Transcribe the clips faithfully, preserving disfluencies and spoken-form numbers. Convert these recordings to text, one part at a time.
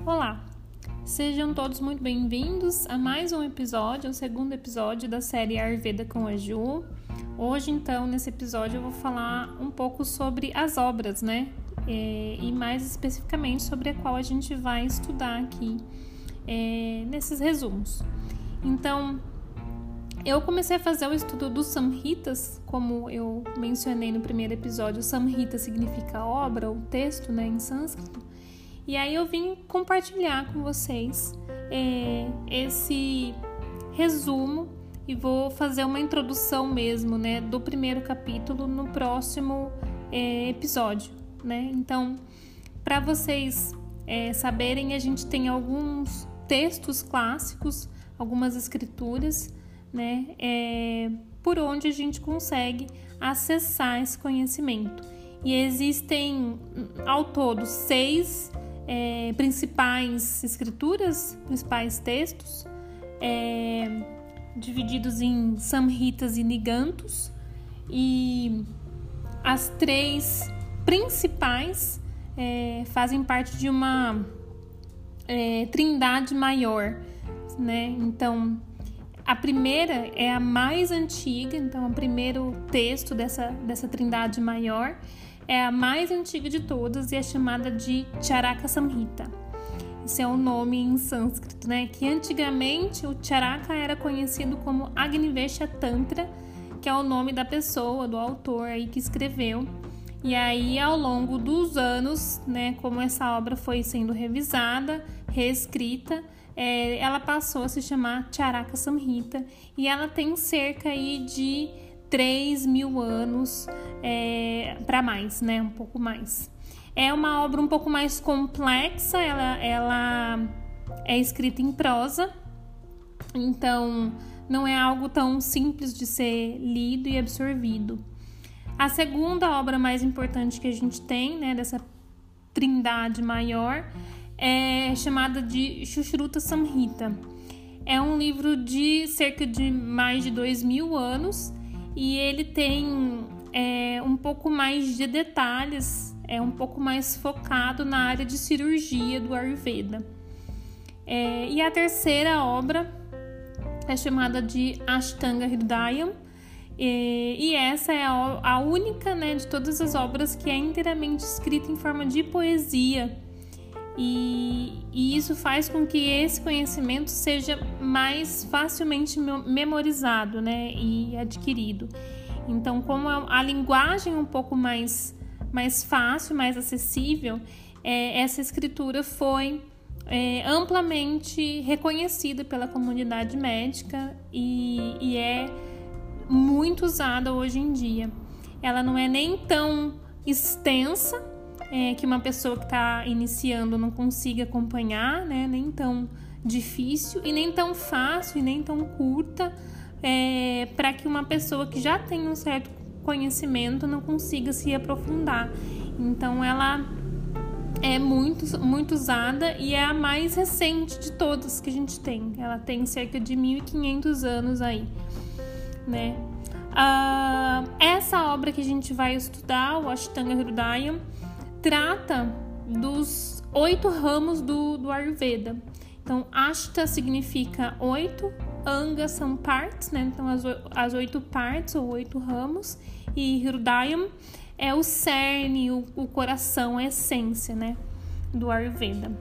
Olá, sejam todos muito bem-vindos a mais um episódio, o segundo episódio da série Ayurveda com a Ju. Hoje, então, nesse episódio eu vou falar um pouco sobre as obras, né? É, e mais especificamente sobre a qual a gente vai estudar aqui é, nesses resumos. Então, eu comecei a fazer o estudo dos Samhitas, como eu mencionei no primeiro episódio. Samhita significa obra ou texto, né, em sânscrito. E aí eu vim compartilhar com vocês é, esse resumo e vou fazer uma introdução mesmo, né, do primeiro capítulo no próximo é, episódio, né? Então, para vocês é, saberem, a gente tem alguns textos clássicos, algumas escrituras, né, é, por onde a gente consegue acessar esse conhecimento. E existem, ao todo, seis É, principais escrituras, principais textos, é, divididos em Samhitas e Nigantos, e as três principais é, fazem parte de uma é, trindade maior, né? Então, a primeira é a mais antiga, então o primeiro texto dessa, dessa trindade maior é a mais antiga de todas e é chamada de Charaka Samhita. Esse é o nome em sânscrito, né? Que antigamente o Charaka era conhecido como Agnivesha Tantra, que é o nome da pessoa, do autor aí que escreveu. E aí, ao longo dos anos, né, como essa obra foi sendo revisada, reescrita, é, ela passou a se chamar Charaka Samhita e ela tem cerca aí de três mil anos é, para mais, né? Um pouco mais. É uma obra um pouco mais complexa, ela, ela é escrita em prosa, então não é algo tão simples de ser lido e absorvido. A segunda obra mais importante que a gente tem, né, dessa trindade maior, é chamada de Sushruta Samhita. É um livro de cerca de mais de dois mil anos, e ele tem é, um pouco mais de detalhes, é um pouco mais focado na área de cirurgia do Ayurveda. É, e a terceira obra é chamada de Ashtanga Hridayam, e, e essa é a, a única, né, de todas as obras que é inteiramente escrita em forma de poesia. E, e isso faz com que esse conhecimento seja mais facilmente memorizado, né, e adquirido. Então, como a linguagem é um pouco mais, mais fácil, mais acessível, é, essa escritura foi é, amplamente reconhecida pela comunidade médica e, e é muito usada hoje em dia. Ela não é nem tão extensa, É, que uma pessoa que está iniciando não consiga acompanhar, né? Nem tão difícil e nem tão fácil e nem tão curta é, para que uma pessoa que já tem um certo conhecimento não consiga se aprofundar. Então ela é muito, muito usada e é a mais recente de todas que a gente tem. Ela tem cerca de mil e quinhentos anos aí, né? Ah, essa obra que a gente vai estudar, o Ashtanga Hridayam, trata dos oito ramos do, do Ayurveda. Então, Ashta significa oito, Anga são partes, né? Então, as, as oito partes ou oito ramos, e Hridayam é o cerne, o, o coração, a essência, né, do Ayurveda.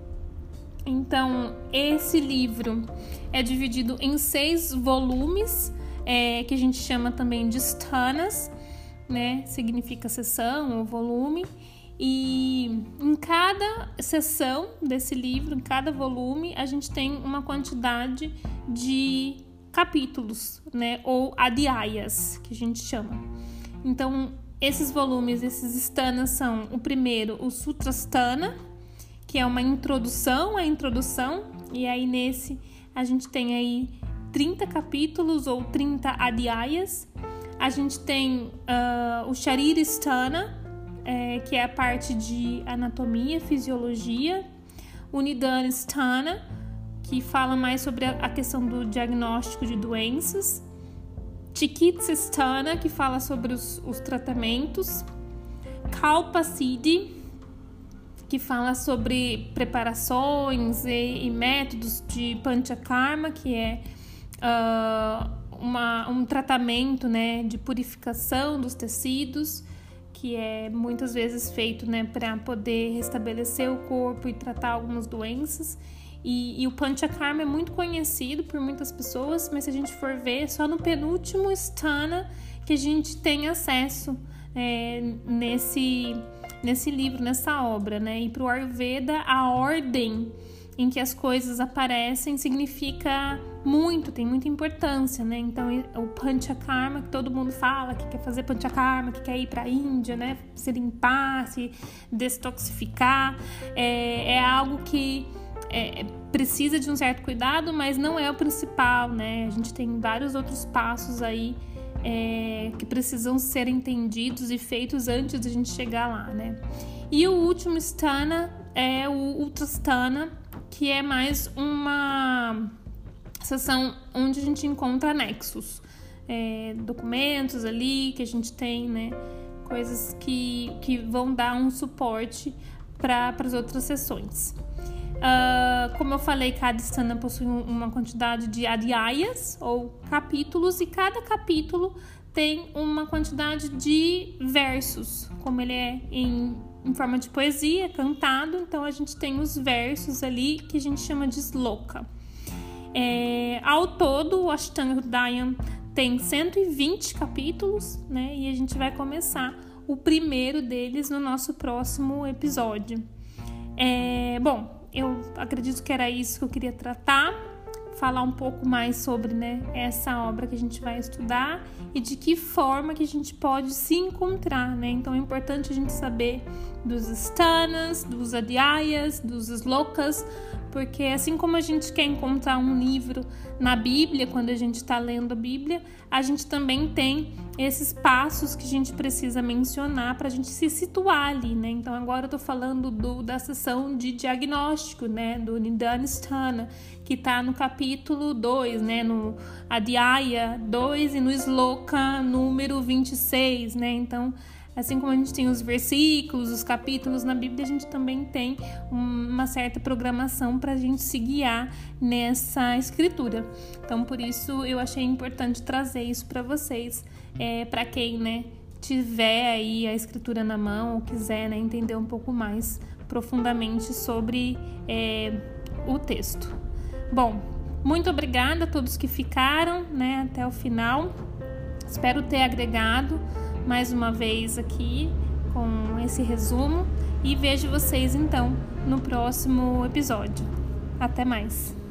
Então, esse livro é dividido em seis volumes, é, que a gente chama também de sthanas, né? Significa seção ou volume. E em cada seção desse livro, em cada volume, a gente tem uma quantidade de capítulos, né? Ou adhyayas, que a gente chama. Então, esses volumes, esses sthanas são o primeiro, o Sutrasthana, que é uma introdução à introdução. E aí nesse a gente tem aí trinta capítulos ou trinta adhyayas. A gente tem uh, o Sharirasthana, É, que é a parte de anatomia, fisiologia, o Nidanasthana, que fala mais sobre a, a questão do diagnóstico de doenças, Chikitsasthana, que fala sobre os, os tratamentos, Kalpasiddhi, que fala sobre preparações e, e métodos de Panchakarma, que é uh, uma, um tratamento, né, de purificação dos tecidos, que é muitas vezes feito, né, para poder restabelecer o corpo e tratar algumas doenças. E, e o Panchakarma é muito conhecido por muitas pessoas, mas se a gente for ver, só no penúltimo Sthana que a gente tem acesso é, nesse, nesse livro, nessa obra, né? E para o Ayurveda, a ordem em que as coisas aparecem significa muito, tem muita importância, né? Então, o Panchakarma, que todo mundo fala, que quer fazer Panchakarma, que quer ir para a Índia, né? Se limpar, se detoxificar, é, é algo que é, precisa de um certo cuidado, mas não é o principal, né? A gente tem vários outros passos aí é, que precisam ser entendidos e feitos antes de a gente chegar lá, né? E o último Sthana é o Uttasthana, que é mais uma seção onde a gente encontra anexos, é, documentos ali que a gente tem, né? Coisas que, que vão dar um suporte para as outras sessões. Uh, como eu falei, cada Sthana possui uma quantidade de adhyayas, ou capítulos, e cada capítulo tem uma quantidade de versos, como ele é em, em forma de poesia, cantado. Então a gente tem os versos ali que a gente chama de sloka. É, ao todo, o Ashtanga Hridayam tem cento e vinte capítulos, né? E a gente vai começar o primeiro deles no nosso próximo episódio. É, bom, eu acredito que era isso que eu queria tratar, falar um pouco mais sobre, né, essa obra que a gente vai estudar e de que forma que a gente pode se encontrar, né? Então é importante a gente saber dos sthanas, dos adhyayas, dos slokas, porque assim como a gente quer encontrar um livro na Bíblia, quando a gente está lendo a Bíblia, a gente também tem esses passos que a gente precisa mencionar para a gente se situar ali, né? Então agora eu tô falando do, da sessão de diagnóstico, né? Do Nidana Sthana, que tá no capítulo dois, né? No Adhyaya dois e no Sloka número vinte e seis, né? Então, assim como a gente tem os versículos, os capítulos na Bíblia, a gente também tem uma certa programação para a gente se guiar nessa escritura. Então, por isso, eu achei importante trazer isso para vocês, é, para quem, né, tiver aí a escritura na mão ou quiser, né, entender um pouco mais profundamente sobre é, o texto. Bom, muito obrigada a todos que ficaram, né, até o final. Espero ter agregado mais uma vez aqui com esse resumo e vejo vocês então no próximo episódio. Até mais!